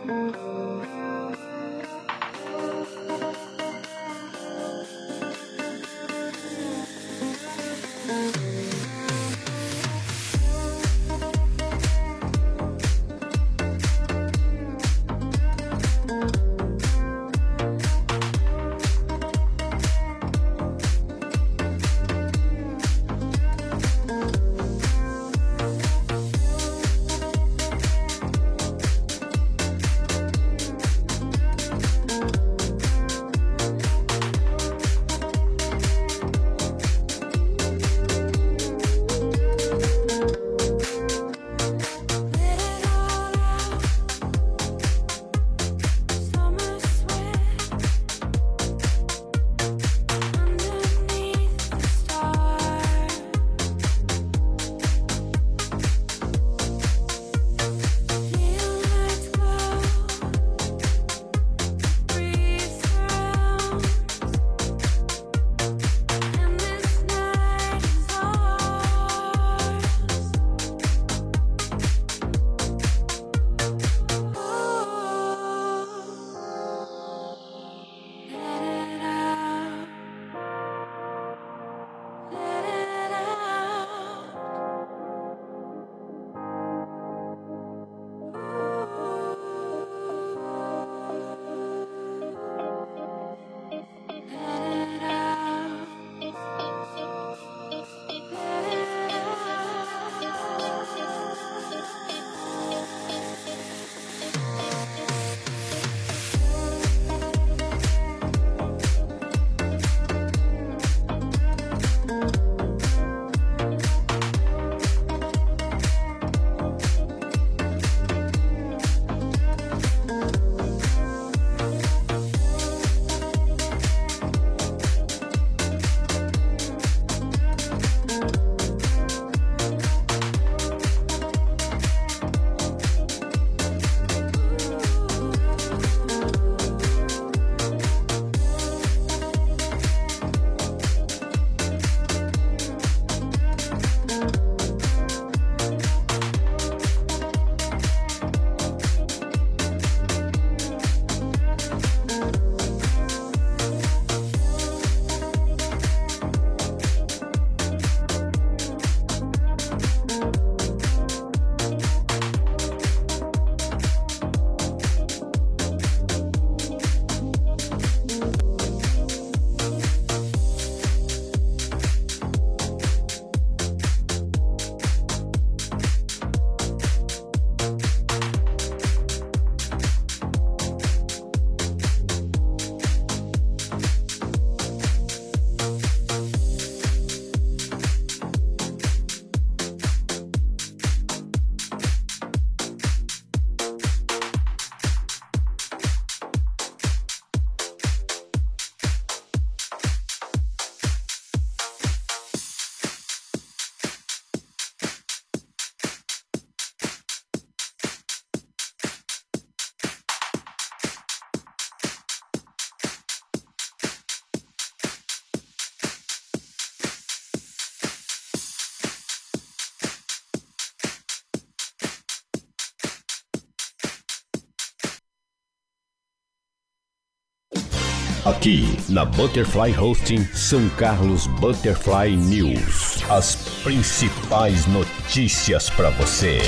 Aqui na Butterfly Hosting São Carlos Butterfly News. As principais notícias para você.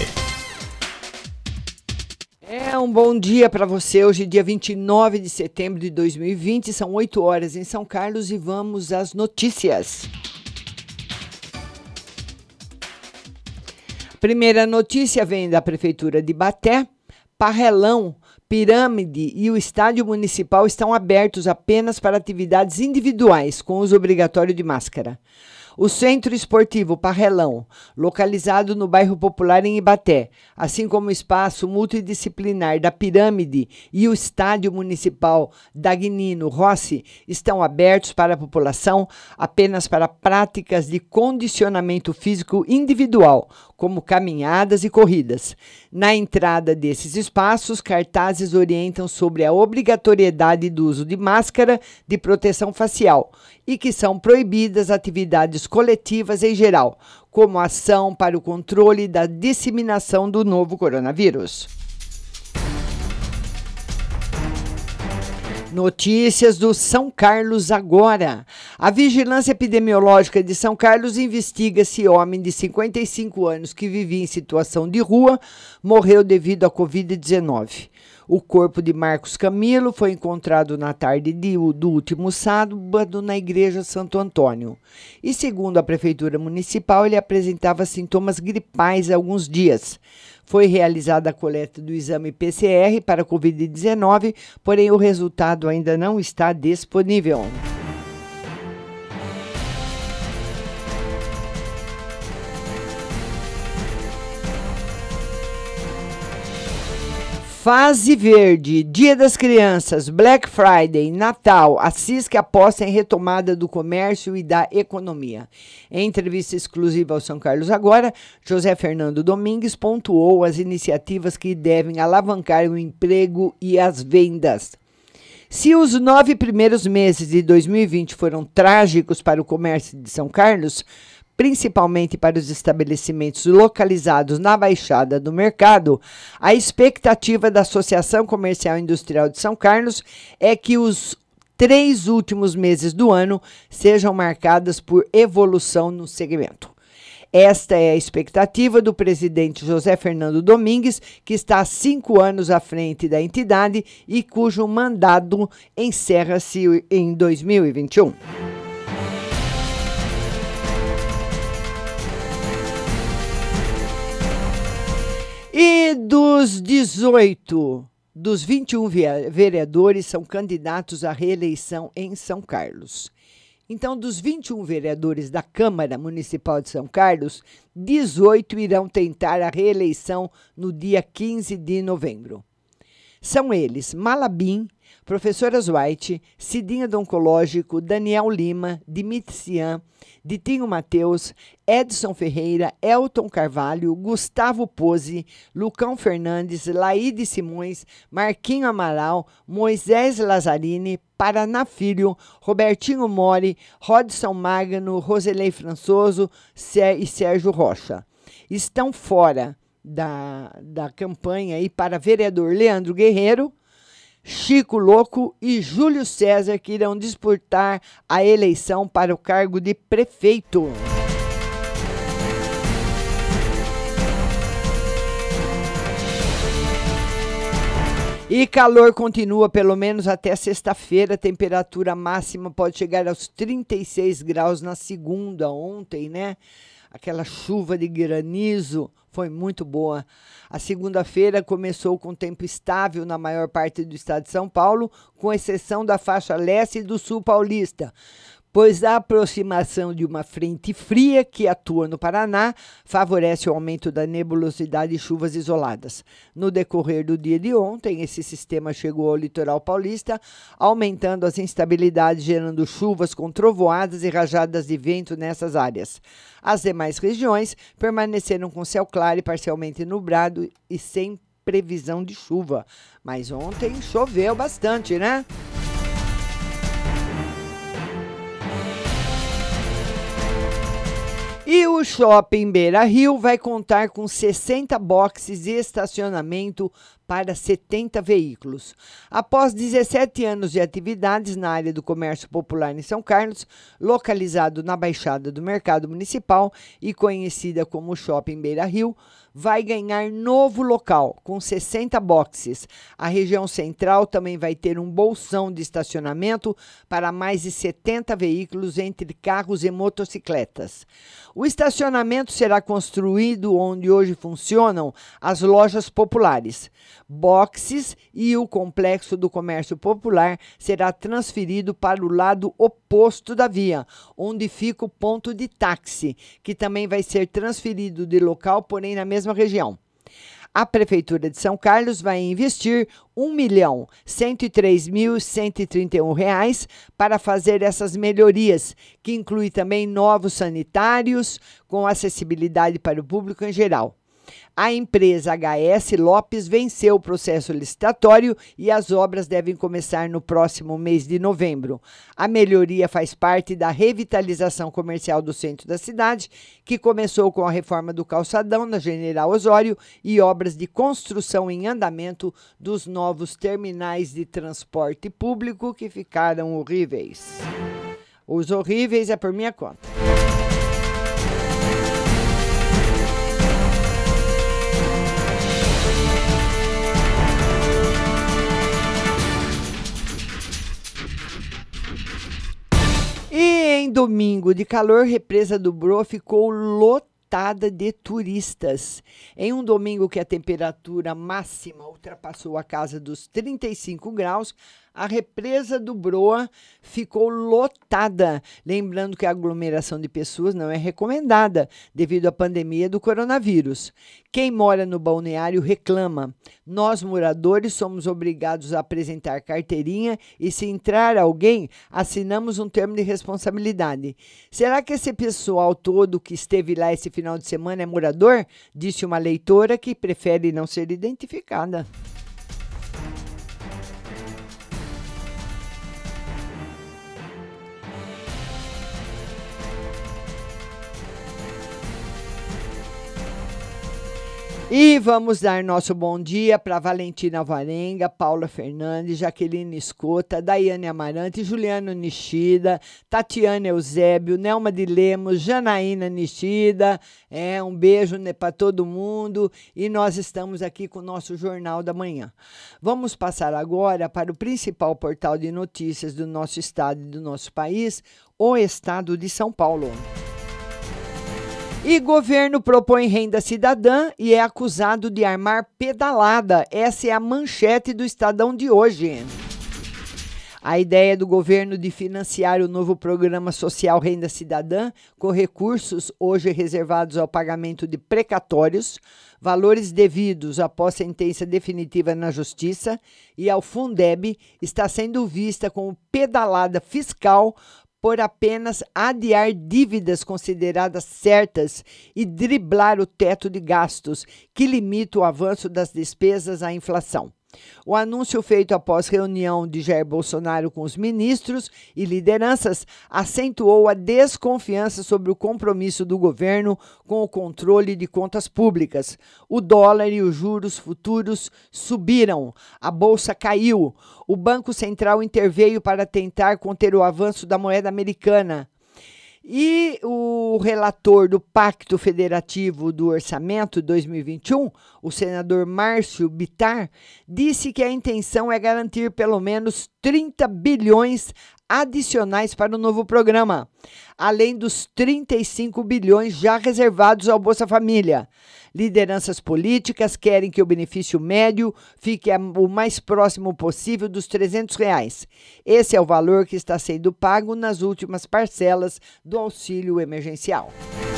Um bom dia para você. Hoje, dia 29 de setembro de 2020, são 8 horas em São Carlos e vamos às notícias. Primeira notícia vem da Prefeitura de Ibaté. Parrelão, Pirâmide e o Estádio Municipal estão abertos apenas para atividades individuais, com uso obrigatório de máscara. O Centro Esportivo Parrelão, localizado no bairro Popular em Ibaté, assim como o espaço multidisciplinar da Pirâmide e o Estádio Municipal Dagnino Rossi, estão abertos para a população apenas para práticas de condicionamento físico individual, como caminhadas e corridas. Na entrada desses espaços, cartazes orientam sobre a obrigatoriedade do uso de máscara de proteção facial e que são proibidas atividades coletivas em geral, como ação para o controle da disseminação do novo coronavírus. Notícias do São Carlos agora. A Vigilância Epidemiológica de São Carlos investiga se homem de 55 anos que vivia em situação de rua morreu devido à Covid-19. O corpo de Marcos Camilo foi encontrado na tarde do último sábado na Igreja Santo Antônio. E segundo a Prefeitura Municipal, ele apresentava sintomas gripais há alguns dias. Foi realizada a coleta do exame PCR para a Covid-19, porém o resultado ainda não está disponível. Fase Verde, Dia das Crianças, Black Friday, Natal, a CISC aposta em retomada do comércio e da economia. Em entrevista exclusiva ao São Carlos Agora, José Fernando Domingues pontuou as iniciativas que devem alavancar o emprego e as vendas. Se os 9 primeiros meses de 2020 foram trágicos para o comércio de São Carlos, principalmente para os estabelecimentos localizados na Baixada do Mercado, a expectativa da Associação Comercial e Industrial de São Carlos é que os 3 últimos meses do ano sejam marcados por evolução no segmento. Esta é a expectativa do presidente José Fernando Domingues, que está há 5 anos à frente da entidade e cujo mandato encerra-se em 2021. E dos 21 vereadores são candidatos à reeleição em São Carlos. Então, dos 21 vereadores da Câmara Municipal de São Carlos, 18 irão tentar a reeleição no dia 15 de novembro. São eles Malabim, Professoras White, Cidinha do Oncológico, Daniel Lima, Dimitrian, Ditinho Mateus, Edson Ferreira, Elton Carvalho, Gustavo Pose, Lucão Fernandes, Laíde Simões, Marquinho Amaral, Moisés Lazzarini, Paraná Filho, Robertinho Mori, Rodson Magno, Roselei Françoso e Sérgio Rocha. Estão fora da campanha e para vereador Leandro Guerreiro, Chico Louco e Júlio César, que irão disputar a eleição para o cargo de prefeito. E calor continua pelo menos até sexta-feira. A temperatura máxima pode chegar aos 36 graus na segunda, ontem, né? Aquela chuva de granizo foi muito boa. A segunda-feira começou com tempo estável na maior parte do estado de São Paulo, com exceção da faixa leste e do sul paulista, pois a aproximação de uma frente fria que atua no Paraná favorece o aumento da nebulosidade e chuvas isoladas. No decorrer do dia de ontem, esse sistema chegou ao litoral paulista, aumentando as instabilidades, gerando chuvas com trovoadas e rajadas de vento nessas áreas. As demais regiões permaneceram com céu claro e parcialmente nublado e sem previsão de chuva. Mas ontem choveu bastante, né? E o Shopping Beira Rio vai contar com 60 boxes de estacionamento para 70 veículos. Após 17 anos de atividades na área do comércio popular em São Carlos, localizado na Baixada do Mercado Municipal e conhecida como Shopping Beira Rio, vai ganhar novo local, com 60 boxes. A região central também vai ter um bolsão de estacionamento para mais de 70 veículos entre carros e motocicletas. O estacionamento será construído onde hoje funcionam as lojas populares. Boxes e o complexo do comércio popular será transferido para o lado oposto da via, onde fica o ponto de táxi, que também vai ser transferido de local, porém na mesma região. A Prefeitura de São Carlos vai investir R$ 1.103.131 para fazer essas melhorias, que inclui também novos sanitários com acessibilidade para o público em geral. A empresa HS Lopes venceu o processo licitatório e as obras devem começar no próximo mês de novembro. A melhoria faz parte da revitalização comercial do centro da cidade, que começou com a reforma do calçadão na General Osório e obras de construção em andamento dos novos terminais de transporte público que ficaram horríveis. Os horríveis é por minha conta. E em domingo de calor, represa do Broa ficou lotada de turistas. Em um domingo que a temperatura máxima ultrapassou a casa dos 35 graus, a represa do Broa ficou lotada. Lembrando que a aglomeração de pessoas não é recomendada devido à pandemia do coronavírus. Quem mora no balneário reclama. Nós, moradores, somos obrigados a apresentar carteirinha e, se entrar alguém, assinamos um termo de responsabilidade. Será que esse pessoal todo que esteve lá esse final de semana é morador? Disse uma leitora que prefere não ser identificada. E vamos dar nosso bom dia para Valentina Alvarenga, Paula Fernandes, Jaqueline Escota, Daiane Amarante, Juliano Nishida, Tatiana Eusébio, Nelma de Lemos, Janaína Nishida. Um beijo para todo mundo e nós estamos aqui com o nosso Jornal da Manhã. Vamos passar agora para o principal portal de notícias do nosso estado e do nosso país, o Estado de São Paulo. E governo propõe renda cidadã e é acusado de armar pedalada. Essa é a manchete do Estadão de hoje. A ideia do governo de financiar o novo programa social Renda Cidadã, com recursos hoje reservados ao pagamento de precatórios, valores devidos após sentença definitiva na Justiça e ao Fundeb, está sendo vista como pedalada fiscal por apenas adiar dívidas consideradas certas e driblar o teto de gastos, que limita o avanço das despesas à inflação. O anúncio feito após reunião de Jair Bolsonaro com os ministros e lideranças acentuou a desconfiança sobre o compromisso do governo com o controle de contas públicas. O dólar e os juros futuros subiram, a bolsa caiu. O Banco Central interveio para tentar conter o avanço da moeda americana. E o relator do Pacto Federativo do Orçamento 2021, o senador Márcio Bittar, disse que a intenção é garantir pelo menos 30 bilhões adicionais para o novo programa, além dos 35 bilhões já reservados ao Bolsa Família. Lideranças políticas querem que o benefício médio fique o mais próximo possível dos R$300. Esse é o valor que está sendo pago nas últimas parcelas do auxílio emergencial.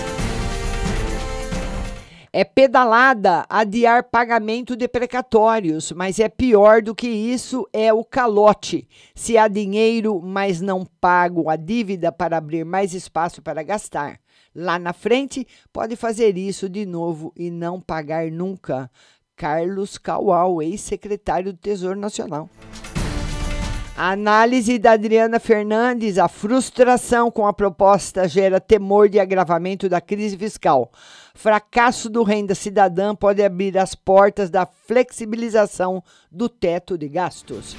É pedalada adiar pagamento de precatórios, mas é pior do que isso, é o calote. Se há dinheiro, mas não pago a dívida para abrir mais espaço para gastar. Lá na frente, pode fazer isso de novo e não pagar nunca. Carlos Caual, ex-secretário do Tesouro Nacional. A análise da Adriana Fernandes, a frustração com a proposta gera temor de agravamento da crise fiscal. Fracasso do Renda Cidadã pode abrir as portas da flexibilização do teto de gastos.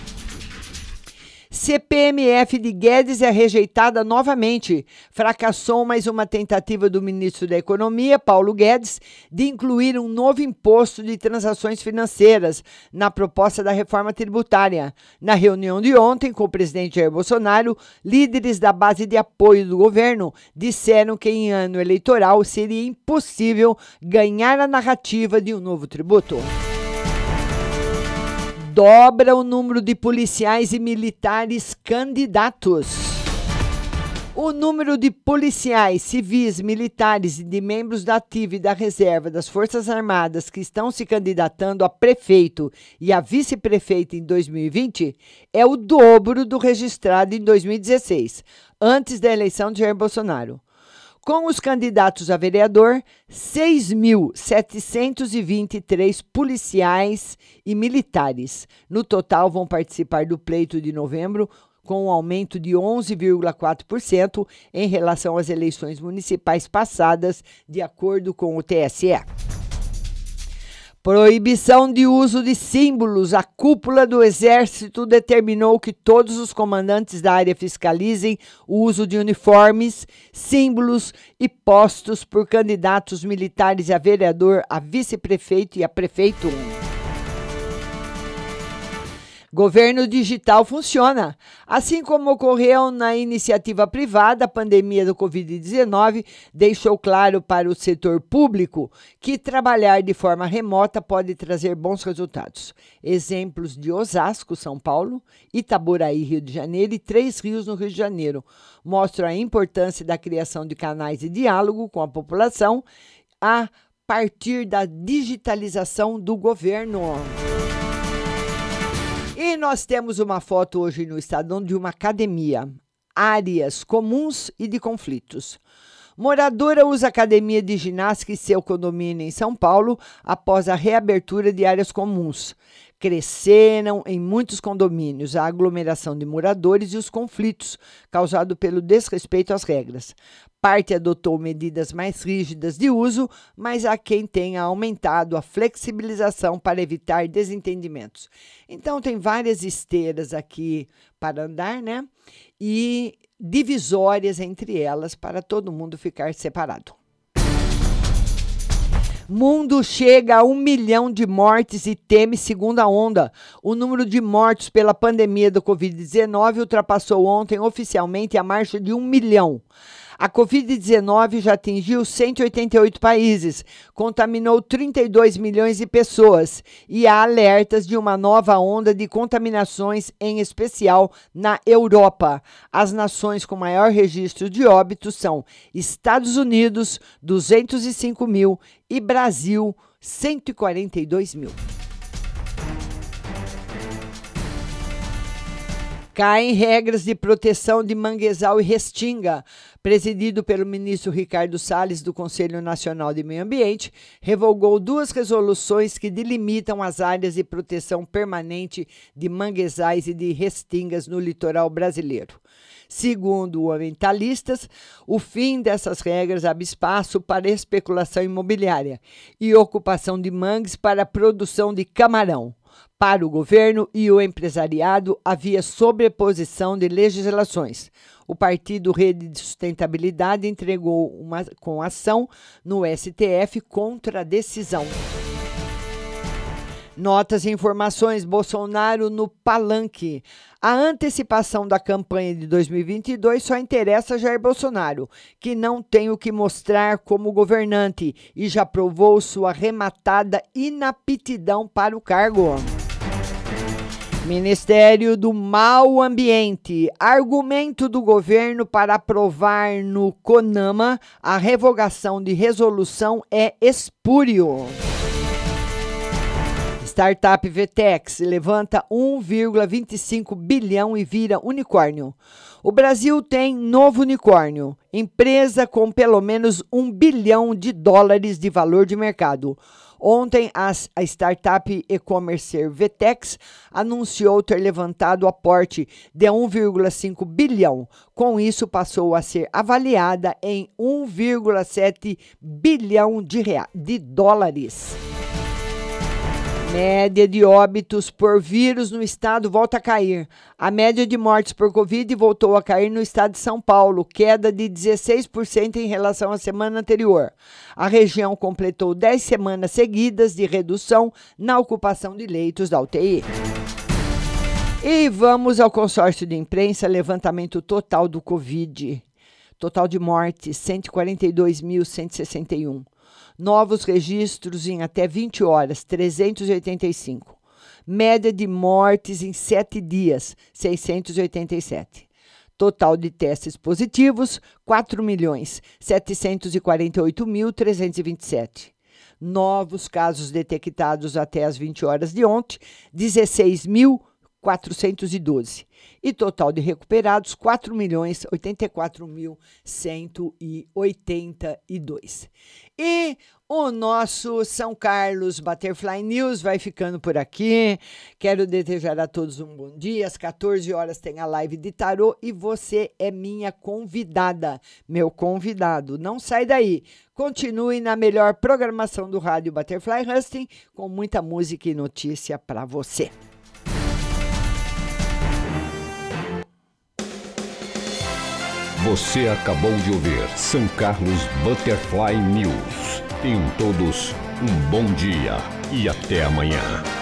CPMF de Guedes é rejeitada novamente. Fracassou mais uma tentativa do ministro da Economia, Paulo Guedes, de incluir um novo imposto de transações financeiras na proposta da reforma tributária. Na reunião de ontem com o presidente Jair Bolsonaro, líderes da base de apoio do governo disseram que em ano eleitoral seria impossível ganhar a narrativa de um novo tributo. Dobra o número de policiais e militares candidatos. O número de policiais, civis, militares e de membros da ativa e da reserva das Forças Armadas que estão se candidatando a prefeito e a vice-prefeito em 2020 é o dobro do registrado em 2016, antes da eleição de Jair Bolsonaro. Com os candidatos a vereador, 6.723 policiais e militares. No total, vão participar do pleito de novembro, com um aumento de 11,4% em relação às eleições municipais passadas, de acordo com o TSE. Proibição de uso de símbolos. A cúpula do Exército determinou que todos os comandantes da área fiscalizem o uso de uniformes, símbolos e postos por candidatos militares a vereador, a vice-prefeito e a prefeito. Governo digital funciona. Assim como ocorreu na iniciativa privada, a pandemia do Covid-19 deixou claro para o setor público que trabalhar de forma remota pode trazer bons resultados. Exemplos de Osasco, São Paulo, Itaboraí, Rio de Janeiro e Três Rios, no Rio de Janeiro, mostram a importância da criação de canais de diálogo com a população a partir da digitalização do governo. E nós temos uma foto hoje no Estadão de uma academia, áreas comuns e de conflitos. Moradora usa academia de ginástica em seu condomínio em São Paulo após a reabertura de áreas comuns. Cresceram em muitos condomínios a aglomeração de moradores e os conflitos causados pelo desrespeito às regras. Parte adotou medidas mais rígidas de uso, mas há quem tenha aumentado a flexibilização para evitar desentendimentos. Então, tem várias esteiras aqui para andar, né? E divisórias entre elas para todo mundo ficar separado. Mundo chega a 1 milhão de mortes e teme segunda onda. O número de mortos pela pandemia do Covid-19 ultrapassou ontem oficialmente a marca de 1 milhão. A Covid-19 já atingiu 188 países, contaminou 32 milhões de pessoas e há alertas de uma nova onda de contaminações, em especial na Europa. As nações com maior registro de óbitos são Estados Unidos, 205 mil, e Brasil, 142 mil. Caem regras de proteção de manguezal e restinga. Presidido pelo ministro Ricardo Salles, do Conselho Nacional de Meio Ambiente, revogou 2 resoluções que delimitam as áreas de proteção permanente de manguezais e de restingas no litoral brasileiro. Segundo ambientalistas, o fim dessas regras abre espaço para especulação imobiliária e ocupação de mangues para a produção de camarão. Para o governo e o empresariado, havia sobreposição de legislações. O partido Rede de Sustentabilidade entregou com ação no STF contra a decisão. Notas e informações: Bolsonaro no palanque. A antecipação da campanha de 2022 só interessa a Jair Bolsonaro, que não tem o que mostrar como governante e já provou sua arrematada inaptidão para o cargo. Ministério do Mau Ambiente. Argumento do governo para aprovar no CONAMA a revogação de resolução é espúrio. Startup Vetex levanta 1,25 bilhão e vira unicórnio. O Brasil tem novo unicórnio, empresa com pelo menos $1 bilhão de valor de mercado. Ontem, a startup e-commerce Vetex anunciou ter levantado aporte de 1,5 bilhão. Com isso, passou a ser avaliada em 1,7 bilhão de dólares. Média de óbitos por vírus no estado volta a cair. A média de mortes por Covid voltou a cair no estado de São Paulo, queda de 16% em relação à semana anterior. A região completou 10 semanas seguidas de redução na ocupação de leitos da UTI. E vamos ao consórcio de imprensa, levantamento total do Covid. Total de mortes, 142.161. Novos registros em até 20 horas, 385. Média de mortes em 7 dias, 687. Total de testes positivos, 4.748.327. Novos casos detectados até as 20 horas de ontem, 16.000 412. E total de recuperados, 4.084.182. E o nosso São Carlos Butterfly News vai ficando por aqui. Quero desejar a todos um bom dia. Às 14 horas tem a live de tarô e você é minha convidada, meu convidado. Não sai daí. Continue na melhor programação do Rádio Butterfly Husting, com muita música e notícia para você. Você acabou de ouvir São Carlos Butterfly News. Tenham todos um bom dia e até amanhã.